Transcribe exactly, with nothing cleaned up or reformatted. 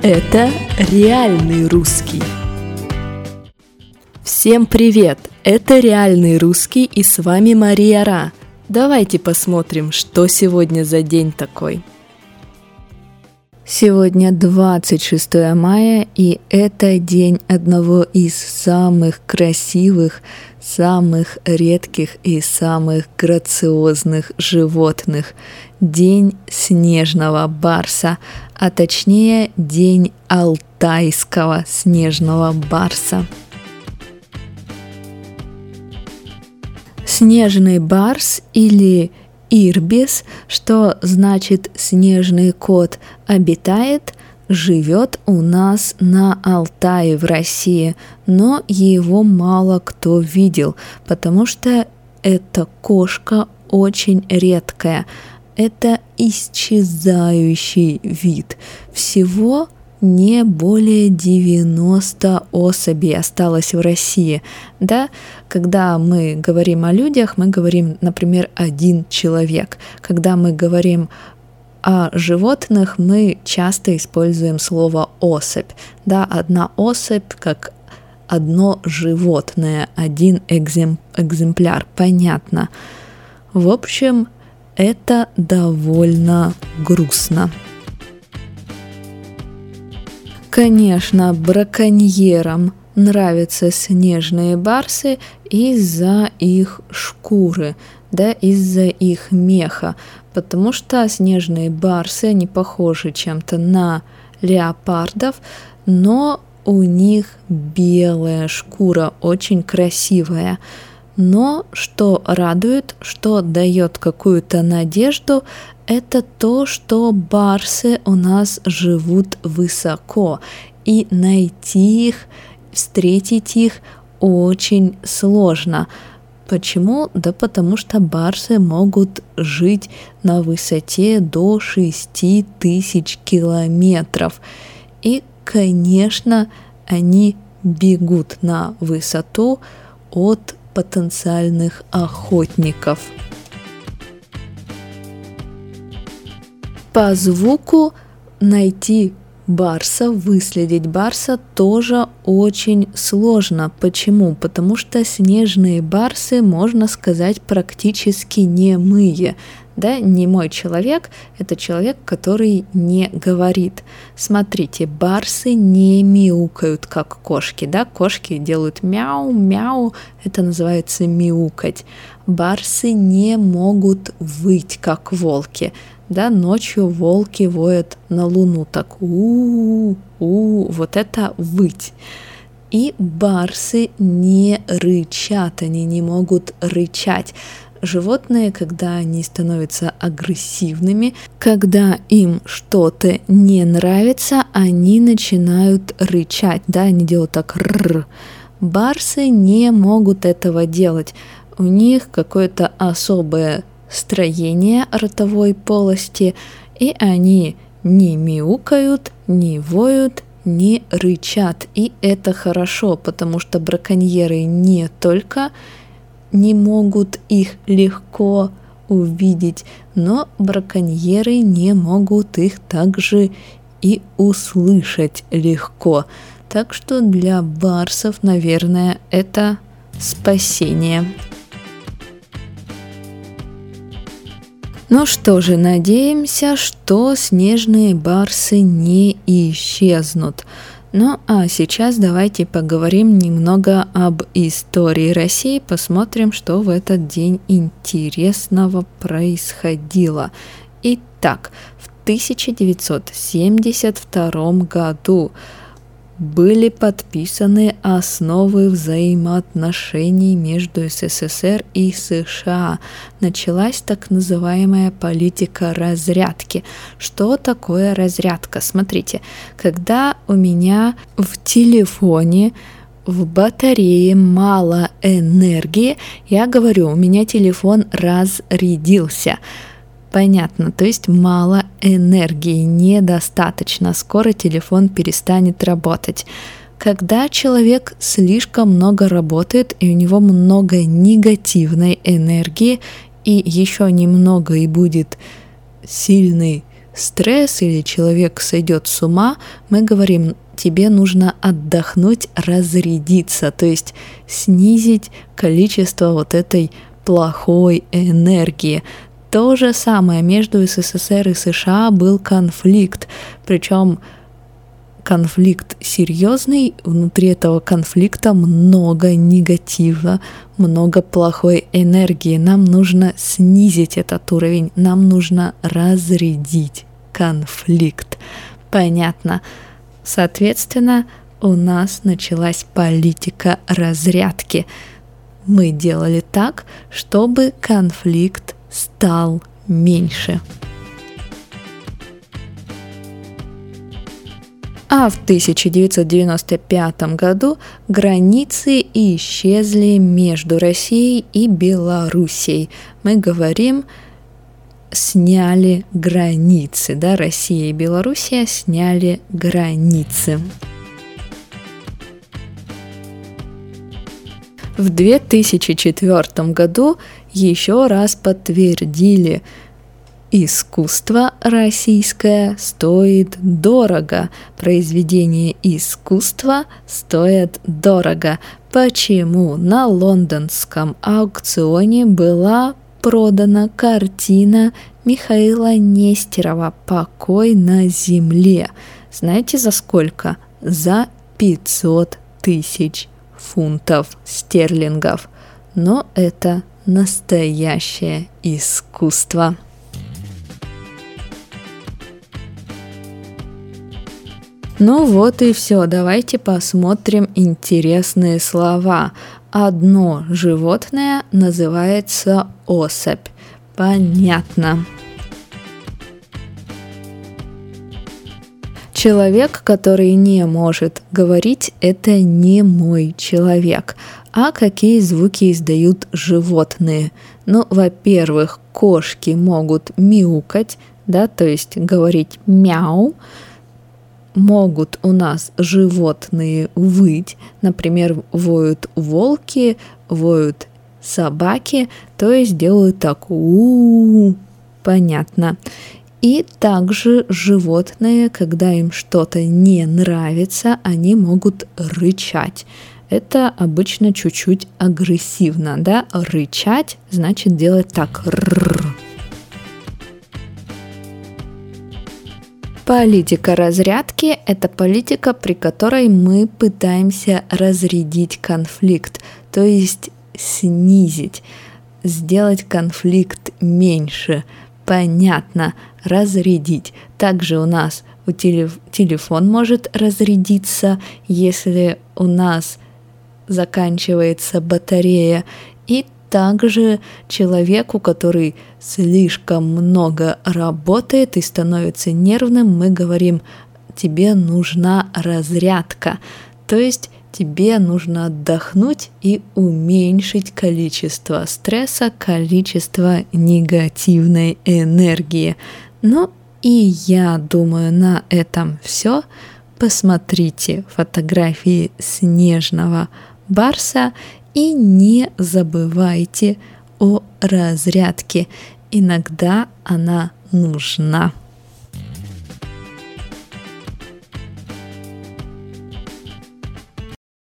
Это реальный русский. Всем привет! Это реальный русский, и с вами Мария Ра. Давайте посмотрим, что сегодня за день такой. Сегодня двадцать шестое мая, и это день одного из самых красивых, самых редких и самых грациозных животных. День снежного барса, а точнее день алтайского снежного барса. Снежный барс или ирбис, что значит снежный кот, обитает, живет у нас на Алтае в России, но его мало кто видел, потому что эта кошка очень редкая. Это исчезающий вид. Всего не более девяноста особей осталось в России. Да? Когда мы говорим о людях, мы говорим, например, один человек. Когда мы говорим о животных, мы часто используем слово особь. Да? Одна особь как одно животное, один экзем- экземпляр. Понятно. В общем, это довольно грустно. Конечно, браконьерам нравятся снежные барсы из-за их шкуры, да, из-за их меха, потому что снежные барсы, они похожи чем-то на леопардов, но у них белая шкура, очень красивая. Но что радует, что дает какую-то надежду, это то, что барсы у нас живут высоко, и найти их, встретить их очень сложно. Почему? Да потому что барсы могут жить на высоте до шести тысяч километров. И, конечно, они бегут на высоту от потенциальных охотников. По звуку найти барса, выследить барса тоже очень сложно. Почему? Потому что снежные барсы, можно сказать, практически немые. Да, немой человек – это человек, который не говорит. Смотрите, барсы не мяукают, как кошки. Да? Кошки делают мяу-мяу, это называется мяукать. Барсы не могут выть, как волки. Да, ночью волки воют на луну, так у-у-у, вот это выть. И барсы не рычат, они не могут рычать. Животные, когда они становятся агрессивными, когда им что-то не нравится, они начинают рычать, да, они делают так рррр. Барсы не могут этого делать, у них какое-то особое строение ротовой полости, и они не мяукают, не воют, не рычат. И это хорошо, потому что браконьеры не только не могут их легко увидеть, но браконьеры не могут их также и услышать легко. Так что для барсов, наверное, это спасение. Ну что же, надеемся, что снежные барсы не исчезнут. Ну а сейчас давайте поговорим немного об истории России, посмотрим, что в этот день интересного происходило. Итак, в тысяча девятьсот семьдесят втором году были подписаны основы взаимоотношений между СССР и США. Началась так называемая политика разрядки. Что такое разрядка? Смотрите, когда у меня в телефоне в батарее мало энергии, я говорю, у меня телефон разрядился. Понятно, то есть мало энергии, недостаточно, скоро телефон перестанет работать. Когда человек слишком много работает и у него много негативной энергии, и еще немного и будет сильный стресс или человек сойдет с ума, мы говорим, тебе нужно отдохнуть, разрядиться, то есть снизить количество вот этой плохой энергии. То же самое между СССР и США был конфликт, причем конфликт серьезный, внутри этого конфликта много негатива, много плохой энергии. Нам нужно снизить этот уровень, нам нужно разрядить конфликт. Понятно. Соответственно, у нас началась политика разрядки. Мы делали так, чтобы конфликт стал меньше. А в тысяча девятьсот девяносто пятом году границы исчезли между Россией и Белоруссией. Мы говорим, сняли границы, да, Россия и Белоруссия сняли границы. В две тысячи четвёртом году еще раз подтвердили: искусство российское стоит дорого, произведения искусства стоят дорого. Почему? На лондонском аукционе была продана картина Михаила Нестерова «Покой на земле». Знаете, за сколько? За пятьсот тысяч фунтов стерлингов. Но это настоящее искусство. Ну вот и все, давайте посмотрим интересные слова. Одно животное называется особь. Понятно. Человек, который не может говорить, это не мой человек. А какие звуки издают животные? Ну, во-первых, кошки могут мяукать, да, то есть говорить мяу. Могут у нас животные выть, например, воют волки, воют собаки, то есть делают так у-у-у, понятно. И также животные, когда им что-то не нравится, они могут рычать. Это обычно чуть-чуть агрессивно, да? Рычать значит делать так. Р-р-р. Политика разрядки – это политика, при которой мы пытаемся разрядить конфликт, то есть снизить, сделать конфликт меньше. Понятно, разрядить. Также у нас у телеф- телефон может разрядиться, если у нас заканчивается батарея. И также человеку, который слишком много работает и становится нервным, мы говорим, тебе нужна разрядка. То есть тебе нужно отдохнуть и уменьшить количество стресса, количество негативной энергии. Ну и я думаю, на этом все. Посмотрите фотографии снежного барса и не забывайте о разрядке. Иногда она нужна.